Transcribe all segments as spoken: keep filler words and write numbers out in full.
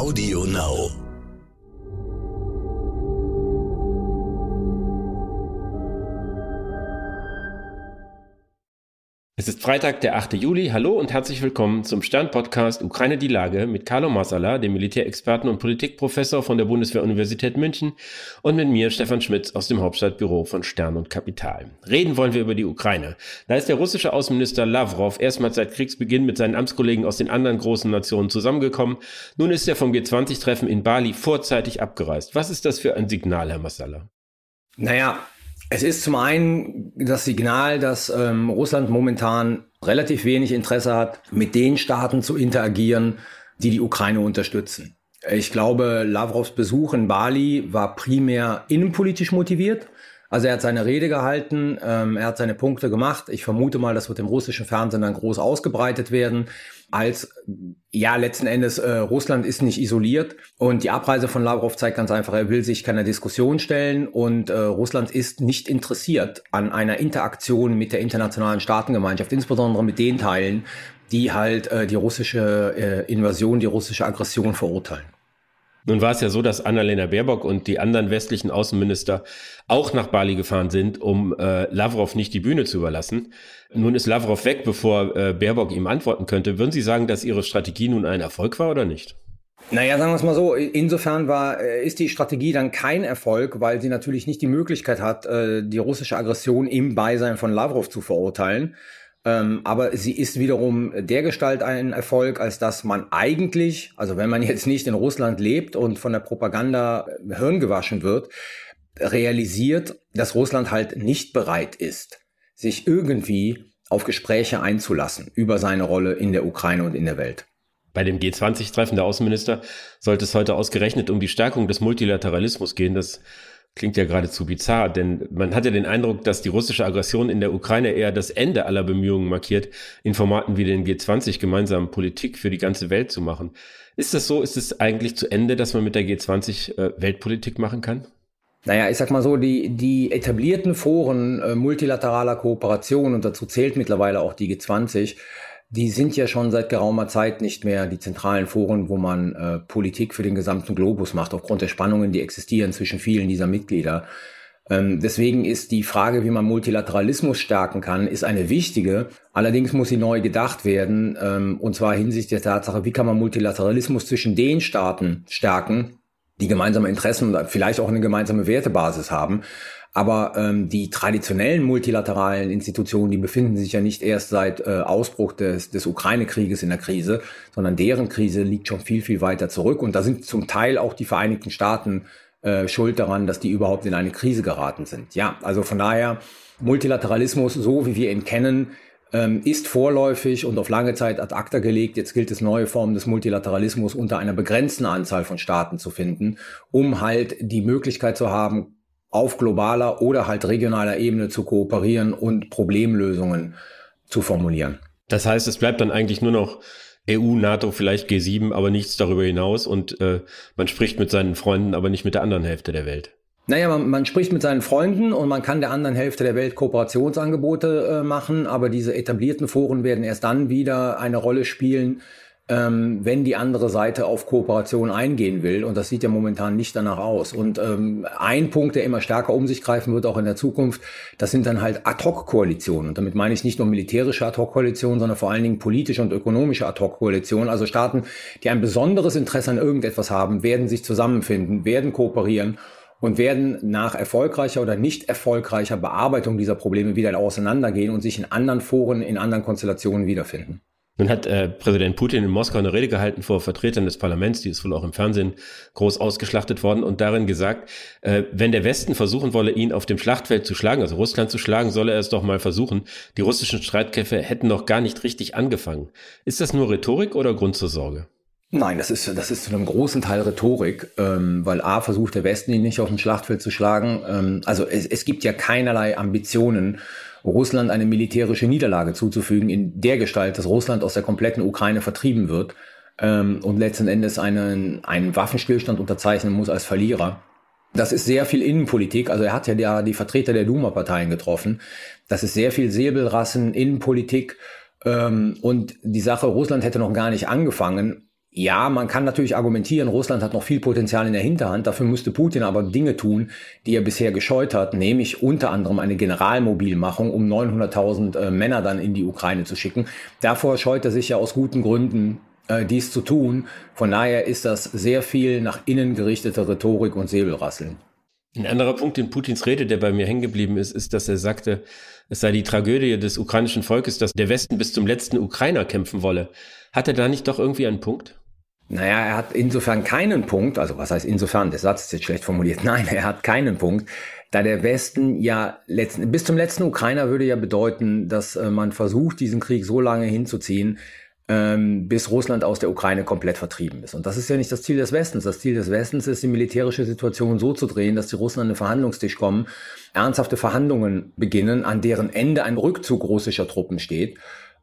Audio Now. Es ist Freitag, der achte Juli. Hallo und herzlich willkommen zum Stern-Podcast Ukraine die Lage mit Carlo Massala, dem Militärexperten und Politikprofessor von der Bundeswehr-Universität München, und mit mir, Stefan Schmitz, aus dem Hauptstadtbüro von Stern und Kapital. Reden wollen wir über die Ukraine. Da ist der russische Außenminister Lavrov erstmals seit Kriegsbeginn mit seinen Amtskollegen aus den anderen großen Nationen zusammengekommen. Nun ist er vom G zwanzig Treffen in Bali vorzeitig abgereist. Was ist das für ein Signal, Herr Massala? Naja, es ist zum einen das Signal, dass ähm, Russland momentan relativ wenig Interesse hat, mit den Staaten zu interagieren, die die Ukraine unterstützen. Ich glaube, Lavrovs Besuch in Bali war primär innenpolitisch motiviert. Also er hat seine Rede gehalten, ähm, er hat seine Punkte gemacht. Ich vermute mal, das wird im russischen Fernsehen dann groß ausgebreitet werden. Als, ja, letzten Endes, äh, Russland ist nicht isoliert. Und die Abreise von Lavrov zeigt ganz einfach, er will sich keiner Diskussion stellen. Und äh, Russland ist nicht interessiert an einer Interaktion mit der internationalen Staatengemeinschaft, insbesondere mit den Teilen, die halt äh, die russische äh, Invasion, die russische Aggression verurteilen. Nun war es ja so, dass Annalena Baerbock und die anderen westlichen Außenminister auch nach Bali gefahren sind, um äh, Lavrov nicht die Bühne zu überlassen. Nun ist Lavrov weg, bevor äh, Baerbock ihm antworten könnte. Würden Sie sagen, dass Ihre Strategie nun ein Erfolg war oder nicht? Naja, sagen wir es mal so, insofern war, ist die Strategie dann kein Erfolg, weil sie natürlich nicht die Möglichkeit hat, die russische Aggression im Beisein von Lavrov zu verurteilen. Ähm, aber sie ist wiederum dergestalt ein Erfolg, als dass man eigentlich, also wenn man jetzt nicht in Russland lebt und von der Propaganda hirngewaschen wird, realisiert, dass Russland halt nicht bereit ist, sich irgendwie auf Gespräche einzulassen über seine Rolle in der Ukraine und in der Welt. Bei dem G zwanzig Treffen der Außenminister sollte es heute ausgerechnet um die Stärkung des Multilateralismus gehen. Das klingt ja geradezu bizarr, denn man hat ja den Eindruck, dass die russische Aggression in der Ukraine eher das Ende aller Bemühungen markiert, in Formaten wie den G zwanzig gemeinsam Politik für die ganze Welt zu machen. Ist das so? Ist es eigentlich zu Ende, dass man mit der G zwanzig äh, Weltpolitik machen kann? Naja, ich sag mal so, die, die etablierten Foren äh, multilateraler Kooperation, und dazu zählt mittlerweile auch die G zwanzig, die sind ja schon seit geraumer Zeit nicht mehr die zentralen Foren, wo man äh, Politik für den gesamten Globus macht, aufgrund der Spannungen, die existieren zwischen vielen dieser Mitglieder. Ähm, deswegen ist die Frage, wie man Multilateralismus stärken kann, ist eine wichtige. Allerdings muss sie neu gedacht werden, ähm, und zwar hinsichtlich der Tatsache, wie kann man Multilateralismus zwischen den Staaten stärken, die gemeinsame Interessen und vielleicht auch eine gemeinsame Wertebasis haben. Aber ähm, die traditionellen multilateralen Institutionen, die befinden sich ja nicht erst seit äh, Ausbruch des, des Ukraine-Krieges in der Krise, sondern deren Krise liegt schon viel, viel weiter zurück. Und da sind zum Teil auch die Vereinigten Staaten äh, schuld daran, dass die überhaupt in eine Krise geraten sind. Ja, also von daher, Multilateralismus, so wie wir ihn kennen, ähm, ist vorläufig und auf lange Zeit ad acta gelegt. Jetzt gilt es, neue Formen des Multilateralismus unter einer begrenzten Anzahl von Staaten zu finden, um halt die Möglichkeit zu haben, auf globaler oder halt regionaler Ebene zu kooperieren und Problemlösungen zu formulieren. Das heißt, es bleibt dann eigentlich nur noch E U, NATO, vielleicht G sieben, aber nichts darüber hinaus, und äh, man spricht mit seinen Freunden, aber nicht mit der anderen Hälfte der Welt. Naja, man, man spricht mit seinen Freunden und man kann der anderen Hälfte der Welt Kooperationsangebote äh, machen, aber diese etablierten Foren werden erst dann wieder eine Rolle spielen, Ähm, wenn die andere Seite auf Kooperation eingehen will. Und das sieht ja momentan nicht danach aus. Und ähm, ein Punkt, der immer stärker um sich greifen wird, auch in der Zukunft, das sind dann halt Ad-Hoc-Koalitionen. Und damit meine ich nicht nur militärische Ad-Hoc-Koalitionen, sondern vor allen Dingen politische und ökonomische Ad-Hoc-Koalitionen. Also Staaten, die ein besonderes Interesse an irgendetwas haben, werden sich zusammenfinden, werden kooperieren und werden nach erfolgreicher oder nicht erfolgreicher Bearbeitung dieser Probleme wieder auseinandergehen und sich in anderen Foren, in anderen Konstellationen wiederfinden. Nun hat äh, Präsident Putin in Moskau eine Rede gehalten vor Vertretern des Parlaments, die ist wohl auch im Fernsehen groß ausgeschlachtet worden, und darin gesagt, äh, wenn der Westen versuchen wolle, ihn auf dem Schlachtfeld zu schlagen, also Russland zu schlagen, solle er es doch mal versuchen. Die russischen Streitkräfte hätten noch gar nicht richtig angefangen. Ist das nur Rhetorik oder Grund zur Sorge? Nein, das ist, das ist zu einem großen Teil Rhetorik, ähm, weil A, versucht der Westen ihn nicht auf dem Schlachtfeld zu schlagen. Ähm, also es, es gibt ja keinerlei Ambitionen, Russland eine militärische Niederlage zuzufügen, in der Gestalt, dass Russland aus der kompletten Ukraine vertrieben wird ähm, und letzten Endes einen, einen Waffenstillstand unterzeichnen muss als Verlierer. Das ist sehr viel Innenpolitik. Also er hat ja die, die Vertreter der Duma-Parteien getroffen. Das ist sehr viel Säbelrassen, Innenpolitik. Ähm, und die Sache, Russland hätte noch gar nicht angefangen, Ja, man kann natürlich argumentieren, Russland hat noch viel Potenzial in der Hinterhand. Dafür müsste Putin aber Dinge tun, die er bisher gescheut hat, nämlich unter anderem eine Generalmobilmachung, um neunhunderttausend äh, Männer dann in die Ukraine zu schicken. Davor scheut er sich ja aus guten Gründen, äh, dies zu tun. Von daher ist das sehr viel nach innen gerichtete Rhetorik und Säbelrasseln. Ein anderer Punkt in Putins Rede, der bei mir hängen geblieben ist, ist, dass er sagte, es sei die Tragödie des ukrainischen Volkes, dass der Westen bis zum letzten Ukrainer kämpfen wolle. Hat er da nicht doch irgendwie einen Punkt? Naja, er hat insofern keinen Punkt, also was heißt insofern, der Satz ist jetzt schlecht formuliert, nein, er hat keinen Punkt, da der Westen ja letzten, bis zum letzten Ukrainer würde ja bedeuten, dass äh, man versucht, diesen Krieg so lange hinzuziehen, ähm, bis Russland aus der Ukraine komplett vertrieben ist. Und das ist ja nicht das Ziel des Westens. Das Ziel des Westens ist, die militärische Situation so zu drehen, dass die Russen an den Verhandlungstisch kommen, ernsthafte Verhandlungen beginnen, an deren Ende ein Rückzug russischer Truppen steht.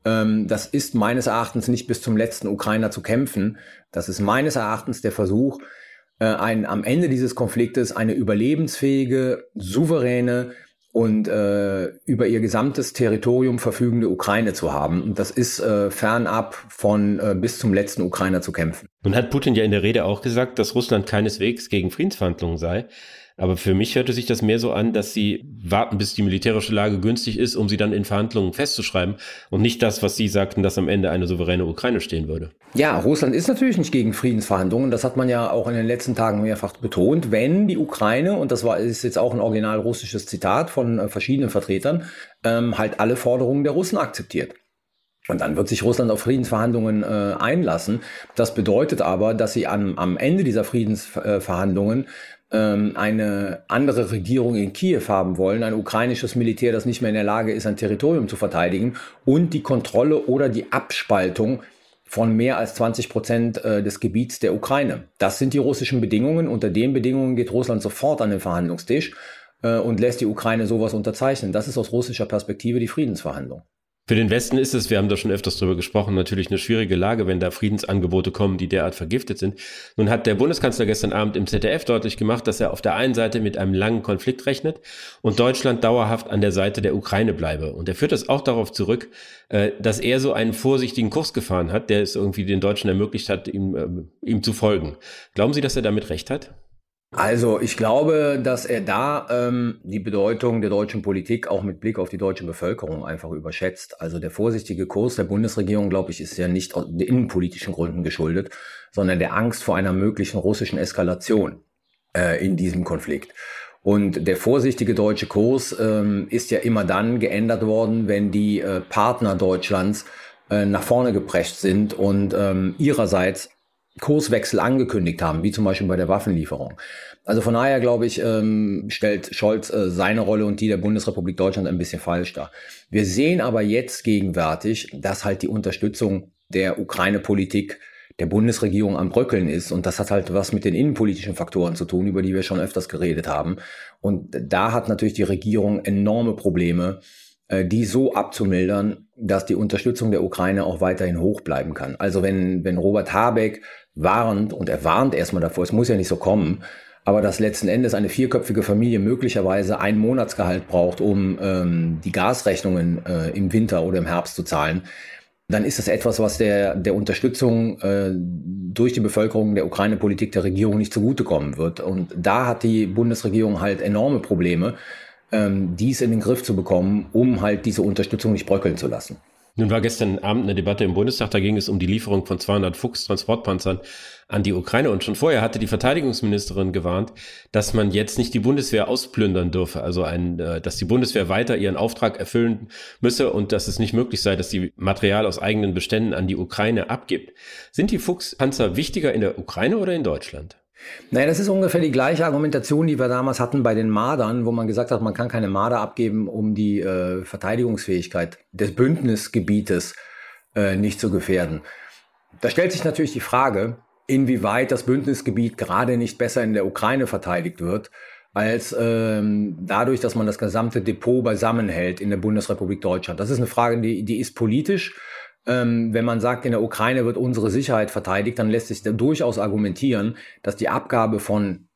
Das ist meines Erachtens nicht bis zum letzten Ukrainer zu kämpfen. Das ist meines Erachtens der Versuch, ein, am Ende dieses Konfliktes eine überlebensfähige, souveräne und äh, über ihr gesamtes Territorium verfügende Ukraine zu haben. Und das ist äh, fernab von äh, bis zum letzten Ukrainer zu kämpfen. Nun hat Putin ja in der Rede auch gesagt, dass Russland keineswegs gegen Friedensverhandlungen sei. Aber für mich hörte sich das mehr so an, dass sie warten, bis die militärische Lage günstig ist, um sie dann in Verhandlungen festzuschreiben und nicht das, was Sie sagten, dass am Ende eine souveräne Ukraine stehen würde. Ja, Russland ist natürlich nicht gegen Friedensverhandlungen. Das hat man ja auch in den letzten Tagen mehrfach betont. Wenn die Ukraine, und das war, ist jetzt auch ein original russisches Zitat von äh, verschiedenen Vertretern, ähm, halt alle Forderungen der Russen akzeptiert. Und dann wird sich Russland auf Friedensverhandlungen äh, einlassen. Das bedeutet aber, dass sie am, am Ende dieser Friedensverhandlungen ähm, eine andere Regierung in Kiew haben wollen, ein ukrainisches Militär, das nicht mehr in der Lage ist, ein Territorium zu verteidigen und die Kontrolle oder die Abspaltung von mehr als zwanzig Prozent äh, des Gebiets der Ukraine. Das sind die russischen Bedingungen. Unter den Bedingungen geht Russland sofort an den Verhandlungstisch äh, und lässt die Ukraine sowas unterzeichnen. Das ist aus russischer Perspektive die Friedensverhandlung. Für den Westen ist es, wir haben da schon öfters drüber gesprochen, natürlich eine schwierige Lage, wenn da Friedensangebote kommen, die derart vergiftet sind. Nun hat der Bundeskanzler gestern Abend im Z D F deutlich gemacht, dass er auf der einen Seite mit einem langen Konflikt rechnet und Deutschland dauerhaft an der Seite der Ukraine bleibe. Und er führt das auch darauf zurück, dass er so einen vorsichtigen Kurs gefahren hat, der es irgendwie den Deutschen ermöglicht hat, ihm, ihm zu folgen. Glauben Sie, dass er damit recht hat? Also ich glaube, dass er da ähm, die Bedeutung der deutschen Politik auch mit Blick auf die deutsche Bevölkerung einfach überschätzt. Also der vorsichtige Kurs der Bundesregierung, glaube ich, ist ja nicht aus den innenpolitischen Gründen geschuldet, sondern der Angst vor einer möglichen russischen Eskalation äh, in diesem Konflikt. Und der vorsichtige deutsche Kurs ähm, ist ja immer dann geändert worden, wenn die äh, Partner Deutschlands äh, nach vorne geprescht sind und ähm, ihrerseits Kurswechsel angekündigt haben, wie zum Beispiel bei der Waffenlieferung. Also von daher, glaube ich, ähm, stellt Scholz äh, seine Rolle und die der Bundesrepublik Deutschland ein bisschen falsch dar. Wir sehen aber jetzt gegenwärtig, dass halt die Unterstützung der Ukraine-Politik der Bundesregierung am Bröckeln ist. Und das hat halt was mit den innenpolitischen Faktoren zu tun, über die wir schon öfters geredet haben. Und da hat natürlich die Regierung enorme Probleme, die so abzumildern, dass die Unterstützung der Ukraine auch weiterhin hoch bleiben kann. Also wenn, wenn Robert Habeck warnt, und er warnt erstmal davor, es muss ja nicht so kommen, aber dass letzten Endes eine vierköpfige Familie möglicherweise ein Monatsgehalt braucht, um ähm, die Gasrechnungen äh, im Winter oder im Herbst zu zahlen, dann ist das etwas, was der, der Unterstützung äh, durch die Bevölkerung der Ukraine-Politik der Regierung nicht zugutekommen wird. Und da hat die Bundesregierung halt enorme Probleme, ähm, dies in den Griff zu bekommen, um halt diese Unterstützung nicht bröckeln zu lassen. Nun war gestern Abend eine Debatte im Bundestag, da ging es um die Lieferung von zweihundert Fuchs-Transportpanzern an die Ukraine. Und schon vorher hatte die Verteidigungsministerin gewarnt, dass man jetzt nicht die Bundeswehr ausplündern dürfe, also ein, dass die Bundeswehr weiter ihren Auftrag erfüllen müsse und dass es nicht möglich sei, dass sie Material aus eigenen Beständen an die Ukraine abgibt. Sind die Fuchs-Panzer wichtiger in der Ukraine oder in Deutschland? Naja, das ist ungefähr die gleiche Argumentation, die wir damals hatten bei den Mardern, wo man gesagt hat, man kann keine Marder abgeben, um die äh, Verteidigungsfähigkeit des Bündnisgebietes äh, nicht zu gefährden. Da stellt sich natürlich die Frage, inwieweit das Bündnisgebiet gerade nicht besser in der Ukraine verteidigt wird, als ähm, dadurch, dass man das gesamte Depot beisammenhält in der Bundesrepublik Deutschland. Das ist eine Frage, die, die ist politisch. Ähm, wenn man sagt, in der Ukraine wird unsere Sicherheit verteidigt, dann lässt sich da durchaus argumentieren, dass die Abgabe von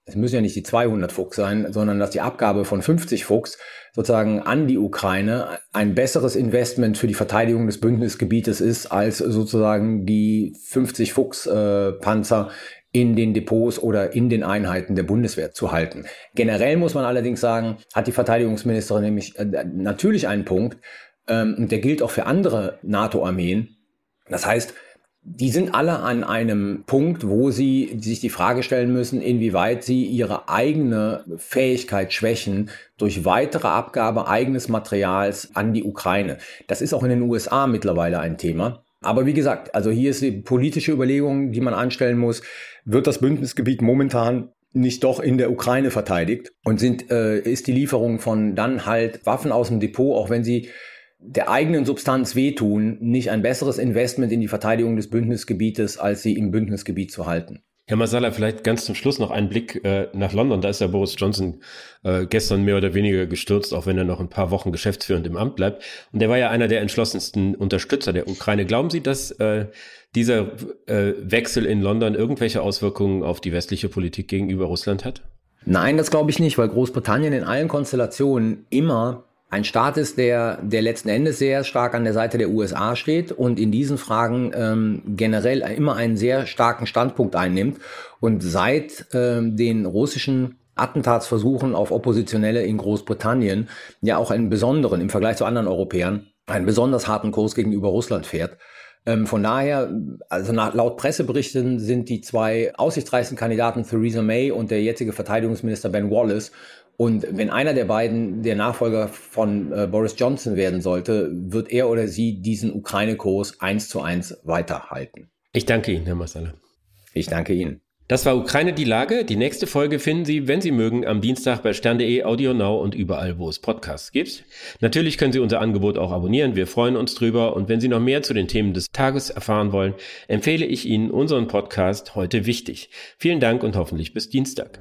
es müssen ja nicht die zweihundert Fuchs sein, sondern dass die Abgabe von fünfzig Fuchs sozusagen an die Ukraine ein besseres Investment für die Verteidigung des Bündnisgebietes ist, als sozusagen die fünfzig Fuchs äh, Panzer in den Depots oder in den Einheiten der Bundeswehr zu halten. Generell muss man allerdings sagen, hat die Verteidigungsministerin nämlich äh, natürlich einen Punkt, ähm, und der gilt auch für andere NATO-Armeen. Das heißt, die sind alle an einem Punkt, wo sie sich die Frage stellen müssen, inwieweit sie ihre eigene Fähigkeit schwächen durch weitere Abgabe eigenes Materials an die Ukraine. Das ist auch in den U S A mittlerweile ein Thema. Aber wie gesagt, also hier ist die politische Überlegung, die man anstellen muss, wird das Bündnisgebiet momentan nicht doch in der Ukraine verteidigt und sind äh, ist die Lieferung von dann halt Waffen aus dem Depot, auch wenn sie der eigenen Substanz wehtun, nicht ein besseres Investment in die Verteidigung des Bündnisgebietes, als sie im Bündnisgebiet zu halten. Herr Masala, vielleicht ganz zum Schluss noch einen Blick äh, nach London. Da ist ja Boris Johnson äh, gestern mehr oder weniger gestürzt, auch wenn er noch ein paar Wochen geschäftsführend im Amt bleibt. Und der war ja einer der entschlossensten Unterstützer der Ukraine. Glauben Sie, dass äh, dieser äh, Wechsel in London irgendwelche Auswirkungen auf die westliche Politik gegenüber Russland hat? Nein, das glaube ich nicht, weil Großbritannien in allen Konstellationen immer ein Staat ist, der, der letzten Endes sehr stark an der Seite der U S A steht und in diesen Fragen ähm, generell immer einen sehr starken Standpunkt einnimmt. Und seit ähm, den russischen Attentatsversuchen auf Oppositionelle in Großbritannien ja auch einen besonderen, im Vergleich zu anderen Europäern, einen besonders harten Kurs gegenüber Russland fährt. Ähm, von daher, also nach, laut Presseberichten sind die zwei aussichtsreichsten Kandidaten Theresa May und der jetzige Verteidigungsminister Ben Wallace. Und wenn einer der beiden der Nachfolger von äh, Boris Johnson werden sollte, wird er oder sie diesen Ukraine-Kurs eins zu eins weiterhalten. Ich danke Ihnen, Herr Masala. Ich danke Ihnen. Das war Ukraine die Lage. Die nächste Folge finden Sie, wenn Sie mögen, am Dienstag bei stern punkt de, Audio Now und überall, wo es Podcasts gibt. Natürlich können Sie unser Angebot auch abonnieren. Wir freuen uns drüber. Und wenn Sie noch mehr zu den Themen des Tages erfahren wollen, empfehle ich Ihnen unseren Podcast Heute wichtig. Vielen Dank und hoffentlich bis Dienstag.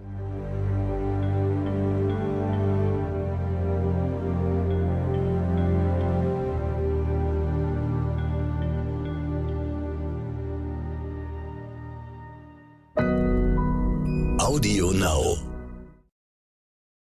Audio Now.